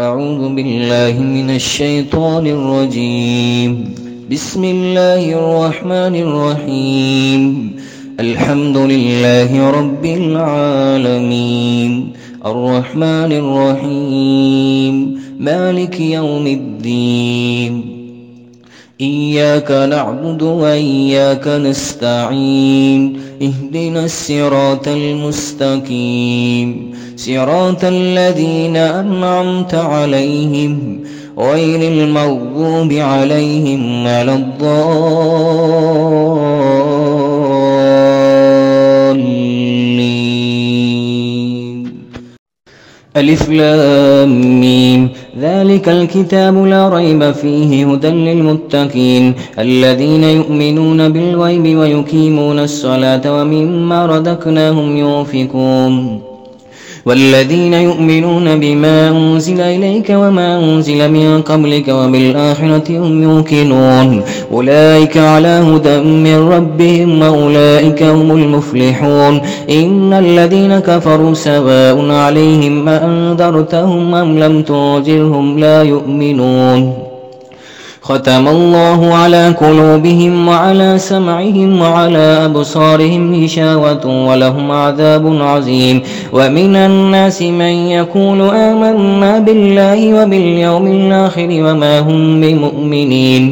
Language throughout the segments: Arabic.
أعوذ بالله من الشيطان الرجيم. بسم الله الرحمن الرحيم. الحمد لله رب العالمين، الرحمن الرحيم، مالك يوم الدين. إياك نعبد وإياك نستعين. اهدنا الصراط المستقيم، صراط الذين أنعمت عليهم غير المغضوب عليهم ولا الضالين. ألف لام ميم. ذلك الكتاب لا ريب فيه هدى للمتقين الذين يؤمنون بالغيب ويقيمون الصلاة ومما رزقناهم ينفقون والذين يؤمنون بما أنزل إليك وما أنزل من قبلك وبالآخرة هم يوقنون أولئك على هدى من ربهم وأولئك هم المفلحون. إن الذين كفروا سواء عليهم أأنذرتهم أم لم تنذرهم لا يؤمنون. ختم الله على قلوبهم وعلى سمعهم وعلى أبصارهم غشاوة ولهم عذاب عظيم. ومن الناس من يقول آمنا بالله وباليوم الآخر وما هم بمؤمنين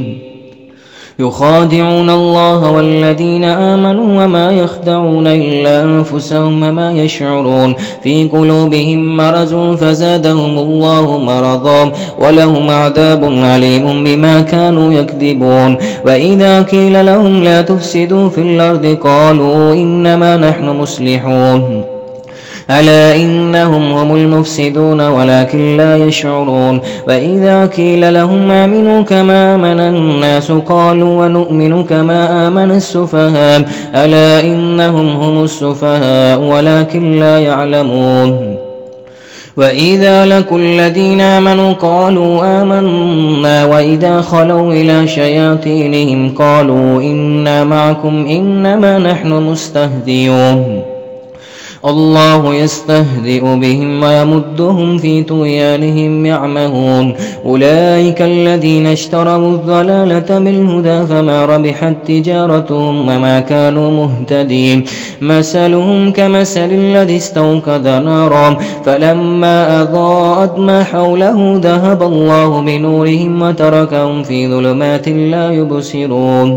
يخادعون الله والذين آمنوا وما يخدعون إلا أنفسهم وما يشعرون. في قلوبهم مرض فزادهم الله مرضا ولهم عذاب عليم بما كانوا يكذبون. وإذا قيل لهم لا تفسدوا في الأرض قالوا إنما نحن مصلحون ألا إنهم هم المفسدون ولكن لا يشعرون. وإذا قيل لهم آمنوا كما آمن الناس قالوا ونؤمن كما آمن السفهاء ألا إنهم هم السفهاء ولكن لا يعلمون. وإذا لقوا الذين آمنوا قالوا آمنا وإذا خلوا إلى شياطينهم قالوا إنا معكم إنما نحن مستهزئون. الله يستهزئ بهم ويمدهم في طغيانهم يعمهون. أولئك الذين اشتروا الضلالة بالهدى فما ربحت تجارتهم وما كانوا مهتدين. مثلهم كمثل الذي استوقد نارا فلما أضاءت ما حوله ذهب الله بنورهم وتركهم في ظلمات لا يبصرون.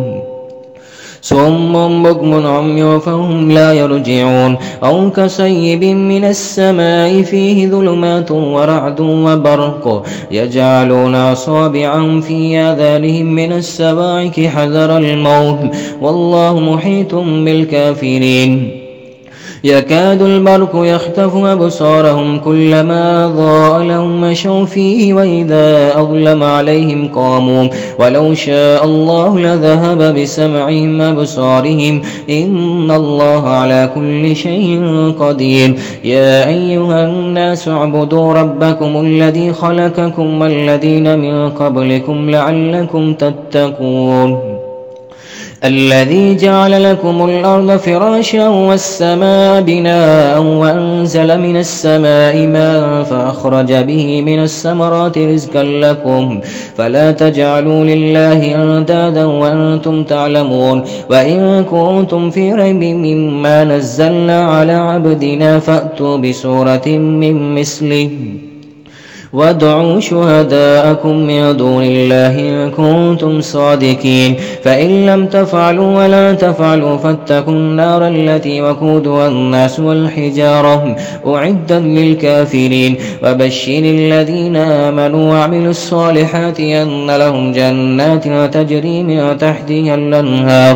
صم بكم عمي فهم لا يرجعون. أو كصيب من السماء فيه ظلمات ورعد وبرق يجعلون أصابعهم في آذانهم من الصواعق حذر الموت والله محيط بالكافرين. يكاد البرق يخطف أبصارهم كلما أضاء لهم مشوا فيه وإذا أظلم عليهم قاموا ولو شاء الله لذهب بسمعهم وأبصارهم إن الله على كل شيء قدير. يا أيها الناس اعبدوا ربكم الذي خلقكم والذين من قبلكم لعلكم تتقون. الذي جعل لكم الأرض فراشا والسماء بناء وأنزل من السماء ماء فأخرج به من الثمرات رزقا لكم فلا تجعلوا لله أندادا وأنتم تعلمون. وإن كنتم في ريب مما نزلنا على عبدنا فأتوا بسورة من مثله وادعوا شهداءكم من دون الله إن كنتم صادقين. فإن لم تفعلوا ولا تفعلوا فاتقوا النار التي وقودها الناس والحجارة أعدت للكافرين. وبشر الذين آمنوا وعملوا الصالحات أن لهم جنات تجري من تحتها الأنهار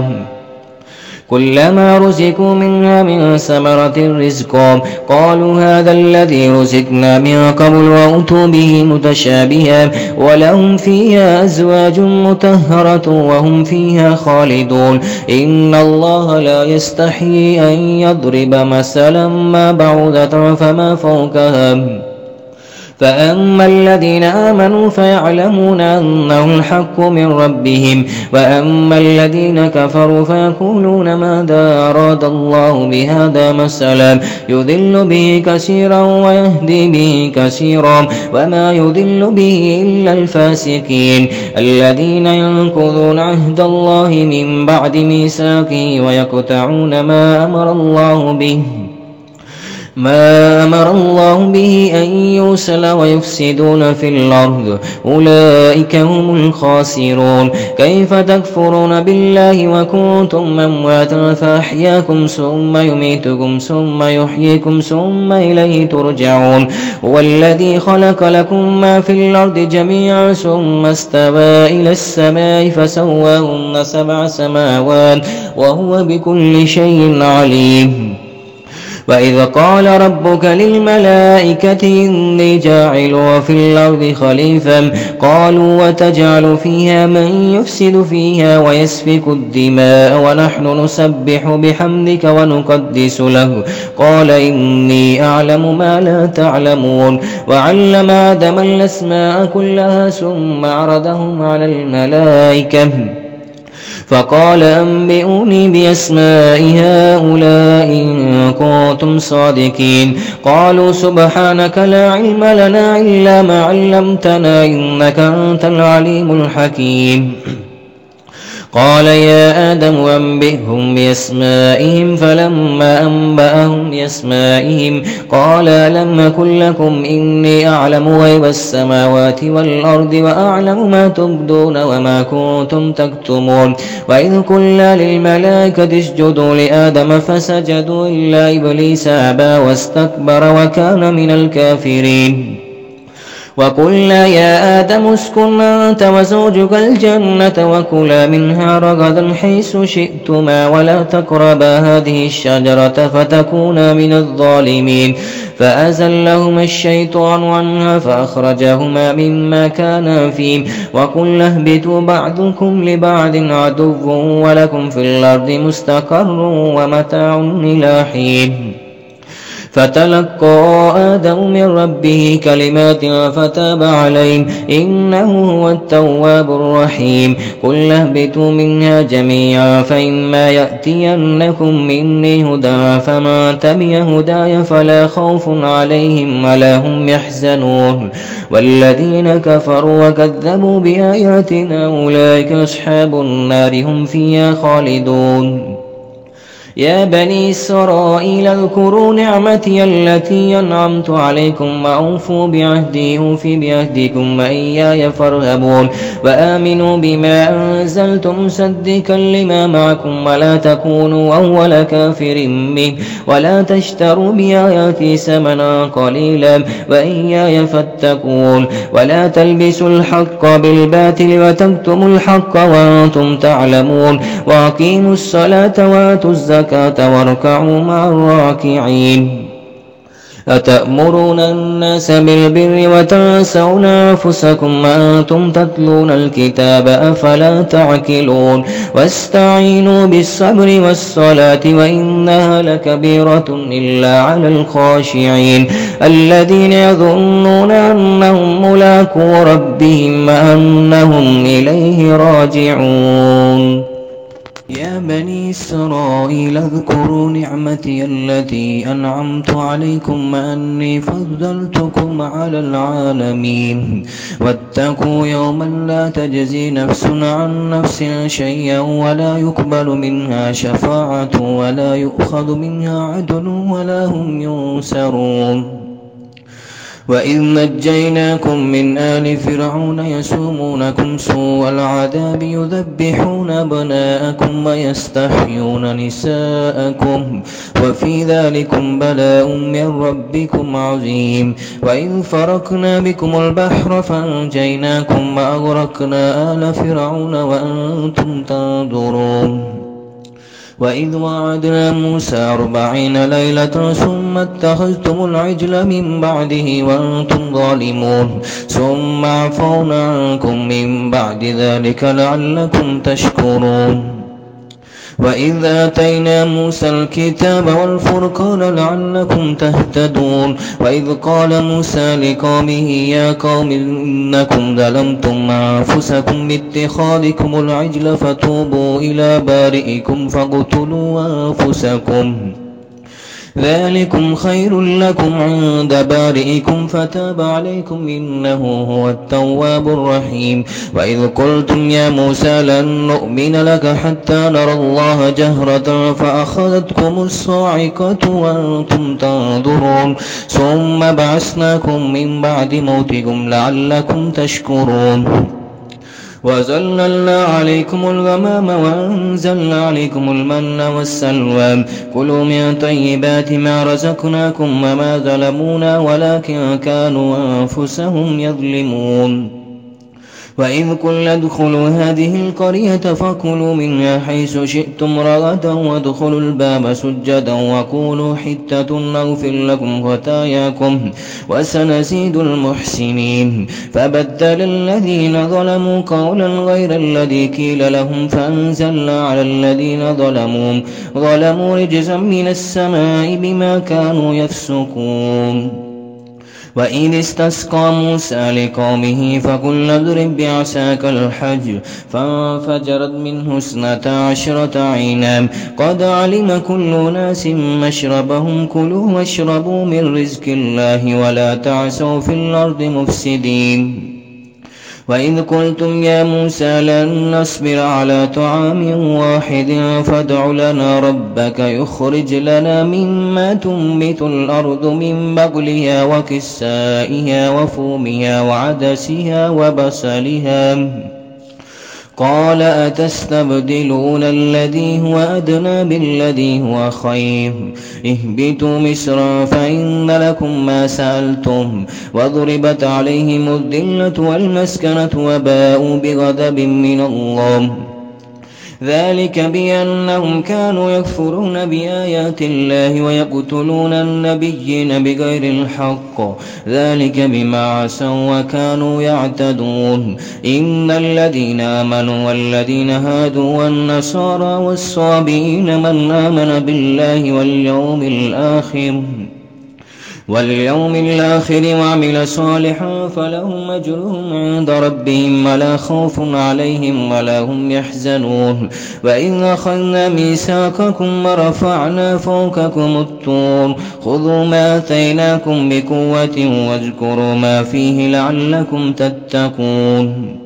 كلما رزقوا منها من ثمرة رزقا قالوا هذا الذي رزقنا من قبل وأتوا به متشابها ولهم فيها أزواج مطهرة وهم فيها خالدون. إن الله لا يستحيي أن يضرب مثلا ما بعوضة فما فوقها فأما الذين آمنوا فيعلمون أنه الحق من ربهم، وأما الذين كفروا فيقولون ماذا أراد الله بهذا مثلا يضل به كثيرا ويهدي به كثيرا وما يضل به إلا الفاسقين الذين ينقضون عهد الله من بعد ميثاقه ويقطعون ما أمر الله به أن يوصل ويفسدون في الأرض أولئك هم الخاسرون. كيف تكفرون بالله وكنتم أمواتا فأحياكم ثم يميتكم ثم يحييكم ثم إليه ترجعون. هو الذي خلق لكم ما في الأرض جميعا ثم استوى إلى السماء فسواهن 7 سماوات وهو بكل شيء عليم. وإذ قال ربك للملائكة إني جاعل في الأرض خليفة قالوا وتجعل فيها من يفسد فيها ويسفك الدماء ونحن نسبح بحمدك ونقدس له قال إني أعلم ما لا تعلمون. وعلم آدم الأسماء كلها ثم عرضهم على الملائكة فقال أنبئوني بأسماء هؤلاء إن كنتم صادقين. قالوا سبحانك لا علم لنا إلا ما علمتنا إنك أنت العليم الحكيم. قال يا آدم أنبئهم بأسمائهم فلما أنبأهم بأسمائهم قال ألم أقل لكم إني أعلم غيب السماوات والأرض وأعلم ما تبدون وما كنتم تكتمون. وإذ قلنا للملائكة اسجدوا لآدم فسجدوا إلا إبليس أبى واستكبر وكان من الكافرين. وقلنا يا آدم اسكن أنت وزوجك الجنة وكلا منها رغدا حيث شئتما ولا تقربا هذه الشجرة فتكونا من الظالمين. فأزلهما الشيطان عنها فأخرجهما مما كانا فيه وقلنا اهبطوا بعضكم لبعض عدو ولكم في الأرض مستقر ومتاع إلى حين. فتلقى آدم من ربه كلمات فتاب عليه إنه هو التواب الرحيم. قل اهبطوا منها جميعا فإما يأتينكم مني هدى فمن تبع هداي فلا خوف عليهم ولا هم يحزنون. والذين كفروا وكذبوا بآياتنا أولئك أصحاب النار هم فيها خالدون. يا بني إسرائيل اذكروا نعمتي التي أنعمت عليكم وأوفوا بعهدي أوف بعهدكم وإياي فارهبون. وآمنوا بما أنزلت مصدقا لما معكم ولا تكونوا أول كافر به ولا تشتروا بآياتي ثمنا قليلا وإياي فاتقون. ولا تلبسوا الحق بالباطل وتكتموا الحق وأنتم تعلمون. وأقيموا الصلاة وآتوا الزكاة واركعوا مع الراكعين. أتأمرون الناس بالبر وتنسون أنفسكم وأنتم تتلون الكتاب أفلا تعقلون. واستعينوا بالصبر والصلاة وإنها لكبيرة إلا على الخاشعين الذين يظنون أنهم ملاقو ربهم وأنهم إليه راجعون. يا بني إسرائيل اذكروا نعمتي التي أنعمت عليكم وأني فضلتكم على العالمين. واتقوا يوما لا تجزي نفس عن نفس شيئا ولا يقبل منها شفاعة ولا يؤخذ منها عدل ولا هم ينصرون. وإذ نجيناكم من آل فرعون يسومونكم سوء العذاب يذبحون أبناءكم ويستحيون نساءكم وفي ذلكم بلاء من ربكم عظيم. وإذ فرقنا بكم البحر فأنجيناكم وأغرقنا آل فرعون وأنتم تنظرون. وإذ وعدنا موسى 40 ليلة ثم اتخذتم العجل من بعده وأنتم ظالمون ثم عفونا عنكم من بعد ذلك لعلكم تشكرون. وإذ آتينا موسى الكتاب والفرقان لعلكم تهتدون وإذ قال موسى لقومه يا قوم إنكم ظلمتم أنفسكم باتخاذكم العجل فتوبوا إلى بارئكم فاقتلوا أنفسكم ذلكم خير لكم عند بارئكم فتاب عليكم إنه هو التواب الرحيم وإذ قلتم يا موسى لن نؤمن لك حتى نرى الله جهرة فأخذتكم الصاعقة وأنتم تنظرون ثم بعثناكم من بعد موتكم لعلكم تشكرون وظللنا عليكم الغمام وأنزلنا عليكم المن والسلوى كلوا من طيبات ما رزقناكم وما ظلمونا ولكن كانوا أنفسهم يظلمون وإذ قلنا ادخلوا هذه القرية فكلوا منها حيث شئتم رغدا وادخلوا الباب سجدا وقولوا حتة نغفر لكم خطاياكم وسنزيد المحسنين فبدل الذين ظلموا قولا غير الذي قيل لهم فأنزلنا على الذين ظلموا رجزا من السماء بما كانوا يفسقون وإذ استسقى موسى لقومه فقلنا اضرب بعصاك الحجر فانفجرت منه 12 عينا قد علم كل أناس مشربهم كلوا واشربوا من رزق الله ولا تعثوا في الأرض مفسدين وإذ قلتم يا موسى لن نصبر على طعام واحد فادع لنا ربك يخرج لنا مما تنبت الأرض من بقلها وكسائها وفومها وعدسها وبصلها قال أتستبدلون الذي هو أدنى بالذي هو خير اهبطوا مصرا فإن لكم ما سألتم وضربت عليهم الذلة والمسكنة وباءوا بغضب من الله ذلك بأنهم كانوا يكفرون بآيات الله ويقتلون النبيين بغير الحق ذلك بما عصوا وكانوا يعتدون إن الذين آمنوا والذين هادوا والنصارى والصابئين من آمن بالله واليوم الآخر وعمل صالحا فلهم أجرهم عند ربهم ولا خوف عليهم ولا هم يحزنون وإذ أخذنا ميثاقكم ورفعنا فوقكم الطور خذوا ما آتيناكم بقوة واذكروا ما فيه لعلكم تتقون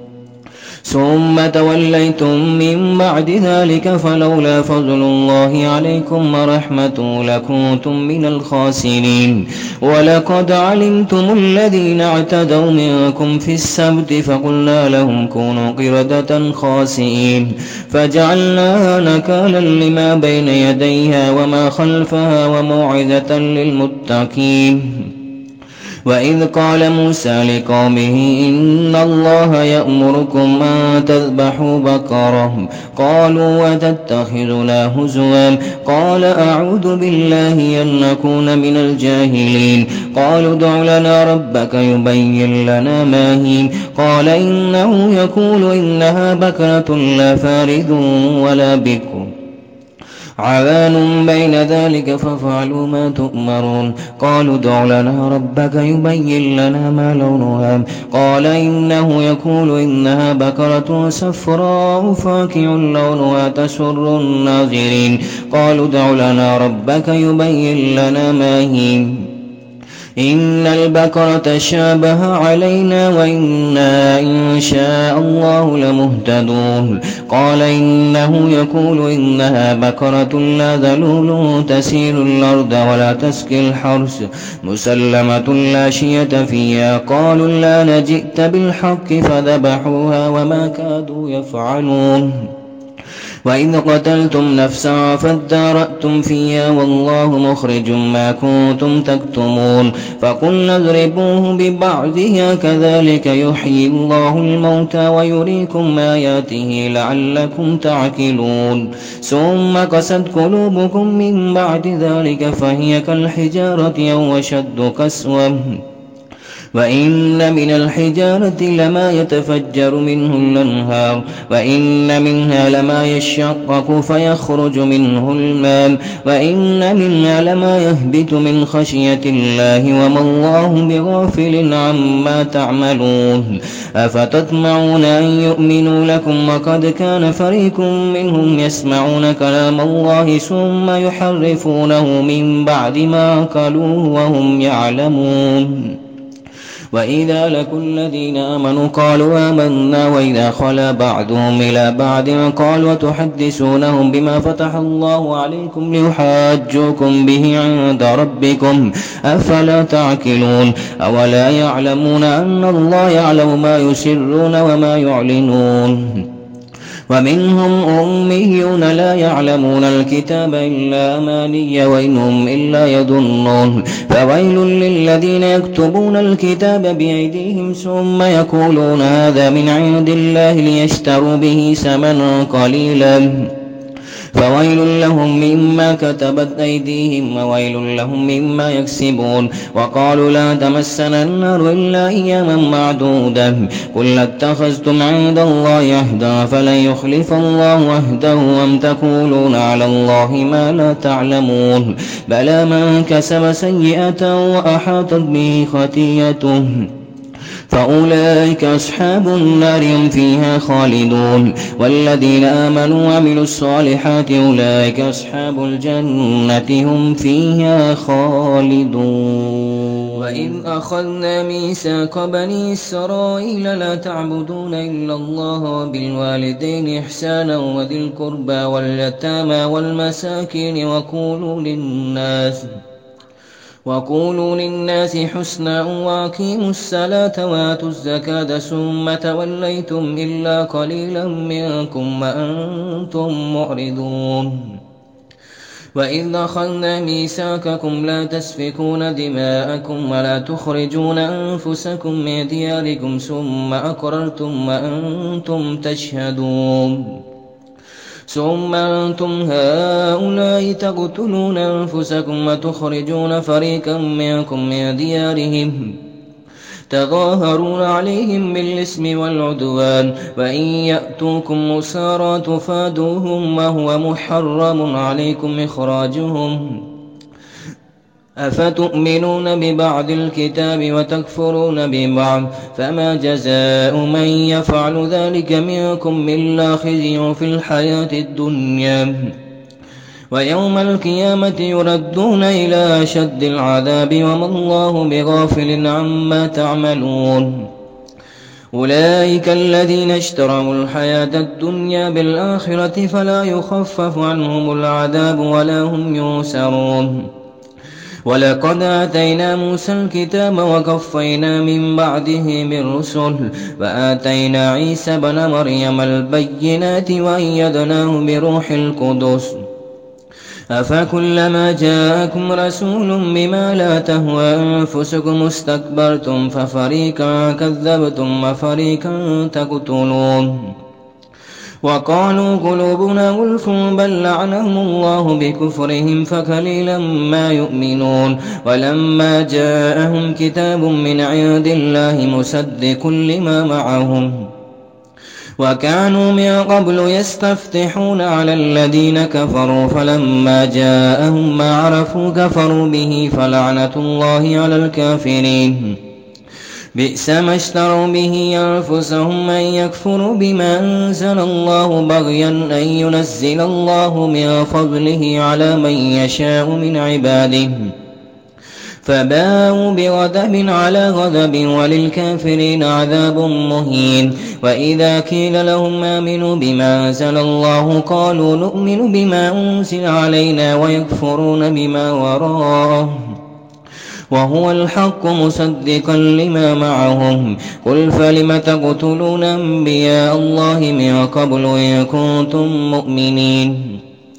ثم توليتم من بعد ذلك فلولا فضل الله عليكم ورحمته لكنتم من الخاسرين ولقد علمتم الذين اعتدوا منكم في السبت فقلنا لهم كونوا قردة خاسئين فجعلناها نكالا لما بين يديها وما خلفها وموعظة للمتقين وإذ قال موسى لقومه إن الله يأمركم أن تذبحوا بقرة قالوا وتتخذنا هزوا قال أعوذ بالله أن نكون من الجاهلين قالوا ادع لنا ربك يبين لنا ما هي قال إنه يقول إنها بقرة لا فارض ولا بكر عوان بين ذلك فافعلوا ما تؤمرون قالوا ادع لنا ربك يبين لنا ما لونها قال إنه يقول إنها بقرة صفراء فاقع لونها تسر الناظرين قالوا ادع لنا ربك يبين لنا ما هي إن البقرة شابه علينا وإنا إن شاء الله لمهتدون قال إنه يقول إنها بقرة لا ذلول تسير الأرض ولا تسقي الحرث مسلمة لا شية فيها قالوا لا نجئت بالحق فذبحوها وما كادوا يفعلون وإذ قتلتم نفسا فادارأتم فيها والله مخرج ما كنتم تكتمون فقلنا اضربوه ببعضها كذلك يحيي الله الموتى ويريكم آياته لعلكم تعقلون ثم قست قلوبكم من بعد ذلك فهي كالحجارة أو أشد قسوة وإن من الحجارة لما يتفجر منه الأنهار وإن منها لما يشقق فيخرج منه الماء وإن منها لما يهبط من خشية الله وما الله بغافل عما تعملون أفتطمعون أن يؤمنوا لكم وقد كان فريق منهم يسمعون كلام الله ثم يحرفونه من بعد ما قالوه وهم يعلمون وإذا لقوا الذين آمنوا قالوا آمنا وإذا خلا بعضهم إلى بعض قالوا وتحدثونهم بما فتح الله عليكم ليحاجوكم به عند ربكم أفلا تعقلون أولا يعلمون أن الله يعلم ما يسرون وما يعلنون ومنهم أميون لا يعلمون الكتاب إلا أماني وإن هم إلا يظنون فويل للذين يكتبون الكتاب بأيديهم ثم يقولون هذا من عند الله ليشتروا به ثمنا قليلا فويل لهم مما كتبت أيديهم وويل لهم مما يكسبون وقالوا لا تمسنا النار إلا أياما معدودة قل اتخذتم عند الله عهدا فلن يخلف الله عهده أم تقولون على الله ما لا تعلمون بلى من كسب سيئة وأحاطت به خطيئته فأولئك أصحاب النار هم فيها خالدون والذين آمنوا وعملوا الصالحات أولئك أصحاب الجنة هم فيها خالدون وإذ أخذنا ميثاق بني إسرائيل لا تعبدون إلا الله وبالوالدين إحسانا وذي القربى واليتامى والمساكين وقولوا للناس حسنا وأقيموا الصلاة وآتوا الزكاة ثم توليتم إلا قليلا منكم وأنتم معرضون وإذ أخذنا ميثاقكم لا تسفكون دماءكم ولا تخرجون أنفسكم من دياركم ثم أقررتم وأنتم تشهدون ثم أنتم هؤلاء تقتلون أنفسكم وتخرجون فريقا منكم من ديارهم تظاهرون عليهم بالإثم والعدوان وإن يأتوكم أسارى تفادوهم وهو محرم عليكم إخراجهم أفتؤمنون ببعض الكتاب وتكفرون ببعض فما جزاء من يفعل ذلك منكم إلا خزي في الحياة الدنيا ويوم القيامة يردون إلى أشد العذاب وما الله بغافل عما تعملون أولئك الذين اشتروا الحياة الدنيا بالآخرة فلا يخفف عنهم العذاب ولا هم ينصرون ولقد آتينا موسى الكتاب وقفينا من بعده بالرسل وآتينا عيسى بن مريم البينات وأيدناه بروح القدس أفكلما جاءكم رسول بما لا تهوى أنفسكم استكبرتم ففريقا كذبتم وفريقا تقتلون وقالوا قلوبنا غلف بل لعنهم الله بكفرهم فقليلا ما يؤمنون ولما جاءهم كتاب من عند الله مصدق لما معهم وكانوا من قبل يستفتحون على الذين كفروا فلما جاءهم ما عرفوا كفروا به فلعنة الله على الكافرين بئس ما اشتروا به أنفسهم أن يكفروا بما أنزل الله بغيا أن ينزل الله من فضله على من يشاء من عباده فباءوا بغضب على غضب وللكافرين عذاب مهين وإذا قيل لهم آمنوا بما أنزل الله قالوا نؤمن بما أنزل علينا ويكفرون بما وراءه وهو الحق مصدقا لما معهم قل فلم تقتلون أنبياء الله من قبل إن كنتم مؤمنين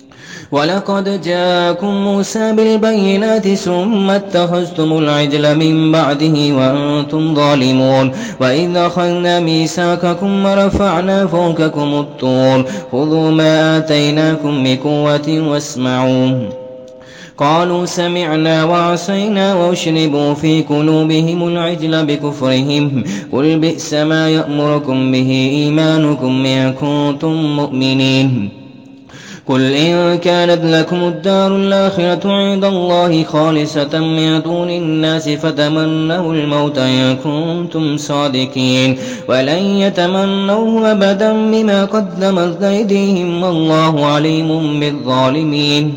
ولقد جاءكم موسى بالبينات ثم اتخذتم العجل من بعده وأنتم ظالمون وإذ أخذنا ميثاقكم ورفعنا فوقكم الطور خذوا ما آتيناكم بقوة واسمعوا قالوا سمعنا وعصينا واشربوا في قلوبهم العجل بكفرهم قل بئس ما يأمركم به إيمانكم إن كنتم مؤمنين قل إن كانت لكم الدار الآخرة عند الله خالصة من دون الناس فتمنوا الموت إن كنتم صادقين ولن يتمنوه أبدا بما قدمت أيديهم والله عليم بالظالمين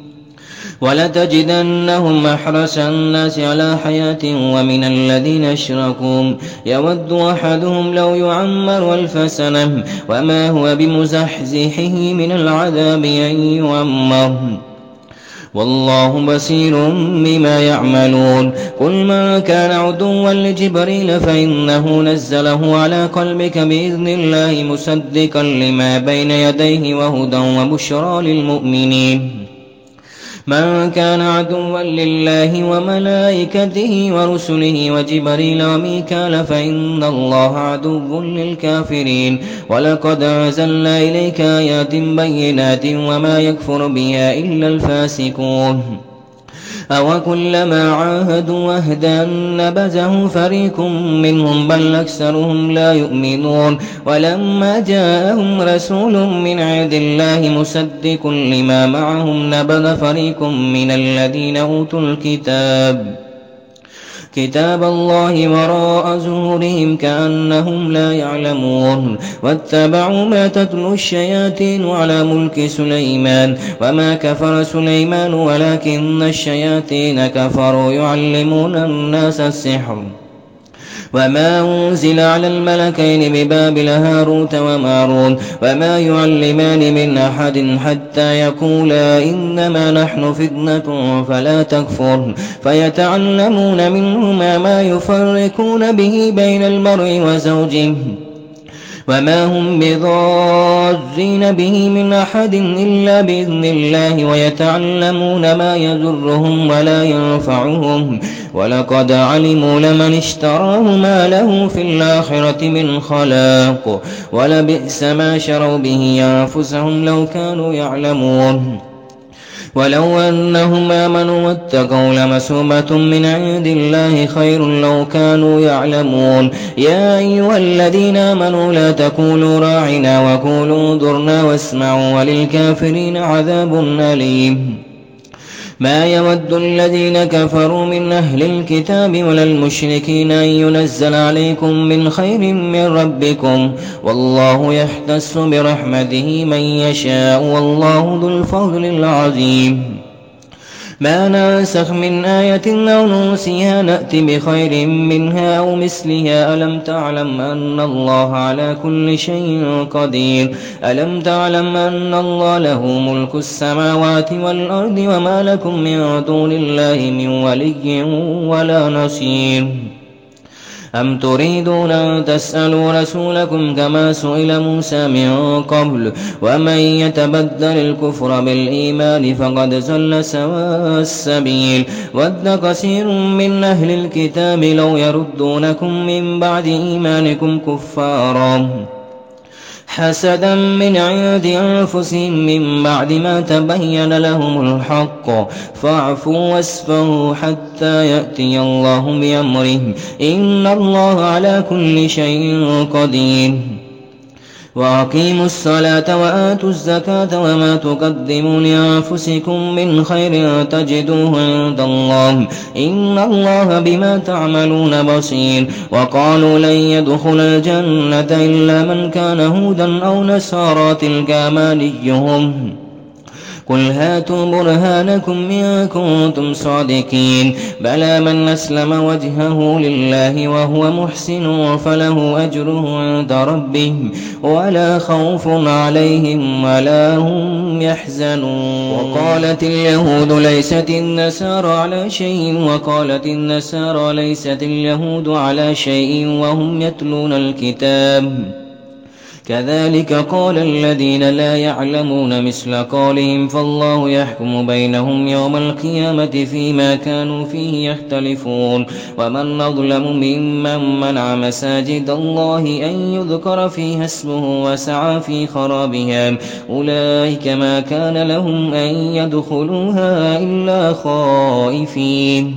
ولتجدنهم أحرص الناس على حياة ومن الذين أشركوا يود أحدهم لو يعمر 1000 سنة وما هو بمزحزحه من العذاب أن يعمر والله بصير بما يعملون قل من كان عدوا لجبريل فإنه نزله على قلبك بإذن الله مصدقا لما بين يديه وهدى وبشرى للمؤمنين من كان عدوا لله وملائكته ورسله وجبريل وميكال فإن الله عدو للكافرين ولقد أنزلنا إليك آيات بينات وما يكفر بها إلا الفاسقون أوكلما عاهدوا عهدا نبذه فريق منهم بل أكثرهم لا يؤمنون ولما جاءهم رسول من عند الله مصدق لما معهم نبذ فريق من الذين أوتوا كتاب الله وراء ظهورهم كأنهم لا يعلمون واتبعوا ما تتلو الشياطين على ملك سليمان وما كفر سليمان ولكن الشياطين كفروا يعلمون الناس السحر وما أنزل على الملكين ببابل هاروت وماروت وما يعلمان من أحد حتى يقولا إنما نحن فتنة فلا تكفر فيتعلمون منهما ما يفرقون به بين المرء وزوجه وما هم بضارين به من أحد إلا بإذن الله ويتعلمون ما يضرهم ولا ينفعهم ولقد علموا لمن اشتراه ما له في الآخرة من خلاق ولبئس ما شروا به أنفسهم لو كانوا يعلمون ولو أنهم آمنوا واتقوا لمثوبة من عند الله خير لو كانوا يعلمون يا أيها الذين آمنوا لا تقولوا راعنا وقولوا انظرنا واسمعوا وللكافرين عذاب أليم ما يود الذين كفروا من أهل الكتاب ولا المشركين أن ينزل عليكم من خير من ربكم والله يختص برحمته من يشاء والله ذو الفضل العظيم ما ننسخ من آية أو ننسها نأت بخير منها أو مثلها ألم تعلم أن الله على كل شيء قدير ألم تعلم أن الله له ملك السماوات والأرض وما لكم من دون الله من ولي ولا نصير أم تريدون أن تسألوا رسولكم كما سئل موسى من قبل ومن يتبدل الكفر بالإيمان فقد زل سواء السبيل ود كثير من أهل الكتاب لو يردونكم من بعد إيمانكم كفارا حسدا من عند أنفسهم من بعد ما تبين لهم الحق فاعفوا واصفحوا حتى يأتي الله بأمره إن الله على كل شيء قدير وأقيموا الصلاة وآتوا الزكاة وما تقدموا لأنفسكم من خير تجدوه عند الله إن الله بما تعملون بصير وقالوا لن يدخل الجنة إلا من كان هودا أو نصارى تلك أمانيهم قل هاتوا برهانكم إن كنتم صادقين بلى من أسلم وجهه لله وهو محسن فله أجره عند ربه ولا خوف عليهم ولا هم يحزنون وقالت اليهود ليست النصارى على شيء وقالت النصارى ليست اليهود على شيء وهم يتلون الكتاب كذلك قال الذين لا يعلمون مثل قولهم فالله يحكم بينهم يوم القيامة فيما كانوا فيه يختلفون ومن أظلم ممن منع مساجد الله أن يذكر فيها اسمه وسعى في خرابها أولئك ما كان لهم أن يدخلوها إلا خائفين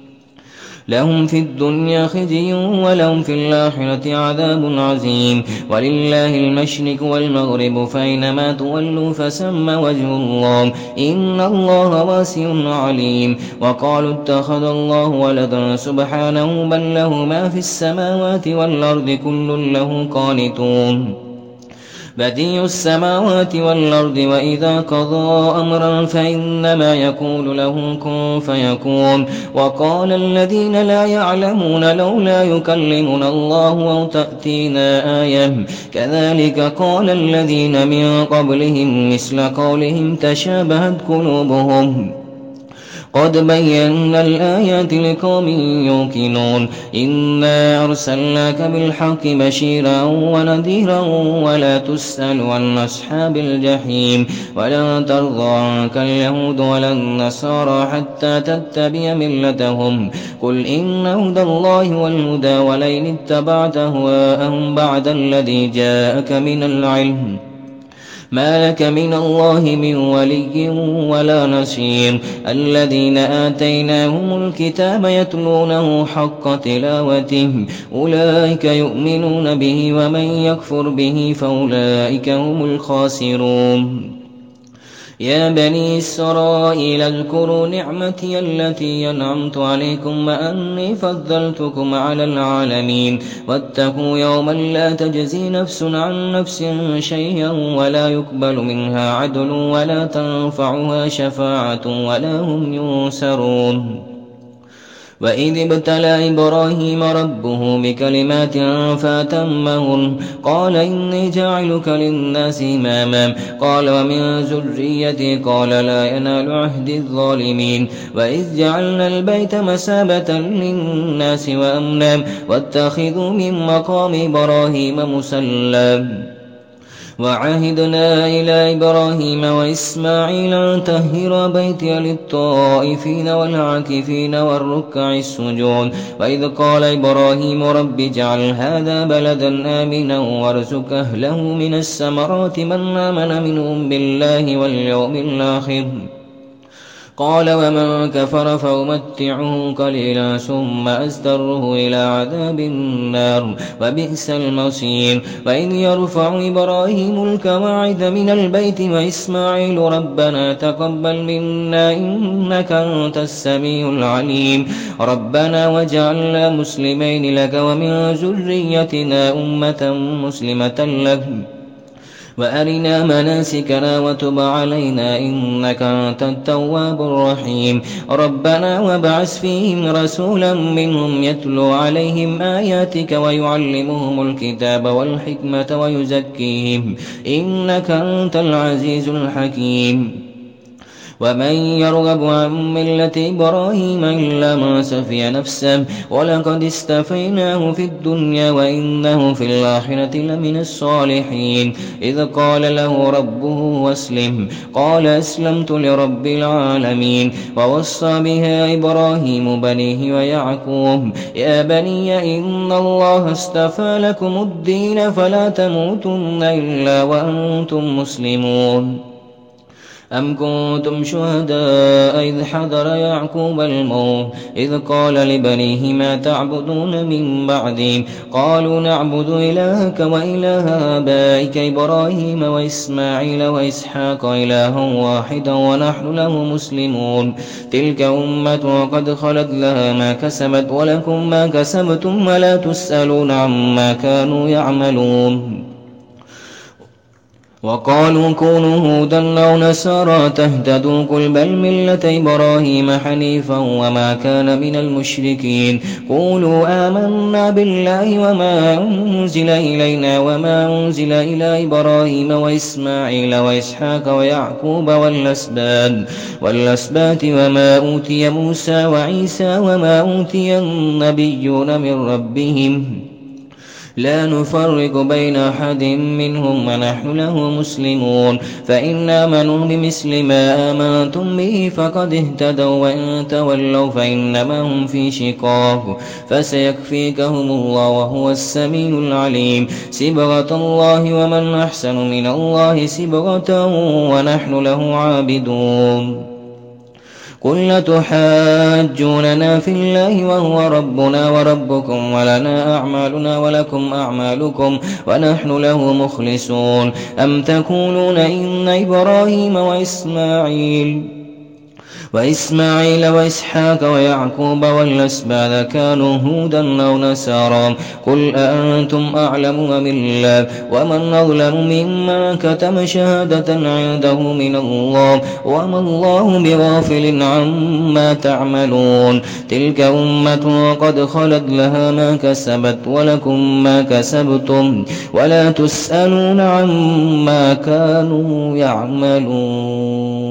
لهم في الدنيا خزي ولهم في الآخرة عذاب عظيم ولله المشرق والمغرب فأينما تولوا فثم وجه الله إن الله واسع عليم وقالوا اتخذ الله ولدا سبحانه بل له ما في السماوات والأرض كل له قانتون بديع السماوات والأرض وإذا قضى أمرا فإنما يقول له كن فيكون وقال الذين لا يعلمون لولا يكلمنا الله أو تأتينا آية كذلك قال الذين من قبلهم مثل قولهم تشابهت قلوبهم قد بينا الآيات لقوم يوقنون إنا أرسلناك بالحق بشيرا ونذيرا ولا تسأل عن أصحاب الجحيم ولا ترضى عنك اليهود ولا النصارى حتى تتبع ملتهم قل إن هدى الله والهدى ولئن اتبعت أهواءهم بعد الذي جاءك من العلم ما لك من الله من ولي ولا نصير الذين آتيناهم الكتاب يتلونه حق تلاوته أولئك يؤمنون به ومن يكفر به فأولئك هم الخاسرون يا بني إسرائيل اذكروا نعمتي التي أنعمت عليكم وأني فضلتكم على العالمين واتقوا يوما لا تجزي نفس عن نفس شيئا ولا يقبل منها عدل ولا تنفعها شفاعة ولا هم ينصرون وإذ ابتلى إبراهيم ربه بكلمات فأتمهن قال إني جاعلك للناس إماما قال ومن ذريتي قال لا ينال عهد الظالمين وإذ جعلنا البيت مثابة للناس وأمنا واتخذوا من مقام إبراهيم مصلى وعهدنا إلى إبراهيم وإسماعيل أن طهرا بيتي للطائفين والعاكفين والركع السجود وإذ قال إبراهيم رب اجعل هذا بلدا آمنا وارزق أهله من الثمرات من آمن منهم بالله واليوم الآخر قال ومن كفر فأمتعه قليلا ثم أزدره إلى عذاب النار وبئس المصير وإذ يرفع إبراهيم القواعد من البيت وإسماعيل ربنا تقبل منا إنك أنت السميع العليم ربنا واجعلنا مسلمين لك ومن ذريتنا أمة مسلمة لك وأرنا مناسكنا وتب علينا إنك أنت التواب الرحيم ربنا وابعث فيهم رسولا منهم يتلو عليهم آياتك ويعلمهم الكتاب والحكمة ويزكيهم إنك أنت العزيز الحكيم ومن يرغب عن ملة إبراهيم إلا من سفي نفسه ولقد استفيناه في الدنيا وإنه في الآخرة لمن الصالحين إذ قال له ربه واسلم قال أسلمت لرب العالمين ووصى بها إبراهيم بنيه ويعقوب يا بني إن الله اصطفى لكم الدين فلا تموتن إلا وأنتم مسلمون أم كنتم شهداء إذ حضر يعقوب الموت إذ قال لبنيه ما تعبدون من بعدي قالوا نعبد إلهك وإله آبائك إبراهيم وإسماعيل وإسحاق إلها واحدا ونحن له مسلمون تلك أمة قد خلت لها ما كسبت ولكم ما كسبتم ولا تسألون عما كانوا يعملون وقالوا كونوا هودا أو نصارى تهتدوا قل بل ملة إبراهيم حنيفا وما كان من المشركين قولوا آمنا بالله وما أنزل إلينا وما أنزل إلى إبراهيم وإسماعيل وإسحاق ويعقوب والأسباط وما أوتي موسى وعيسى وما أوتي النبيون من ربهم لا نفرق بين أحد منهم ونحن له مسلمون فإن آمنوا بمثل ما آمنتم به فقد اهتدوا وإن تولوا فإنما هم في شقاق فسيكفيكهم الله وهو السميع العليم صبغة الله ومن أحسن من الله صبغة ونحن له عابدون قل تحاجوننا في الله وهو ربنا وربكم ولنا أعمالنا ولكم أعمالكم ونحن له مخلصون أم تقولون إن إبراهيم وإسماعيل وإسحاق ويعقوب والأسباط كانوا هودا أو نصارى قل أأنتم أعلم أم الله ومن أظلم ممن كتم شهادة عنده من الله وما الله بغافل عما تعملون تلك أمة قد خلت لها ما كسبت ولكم ما كسبتم ولا تسألون عما كانوا يعملون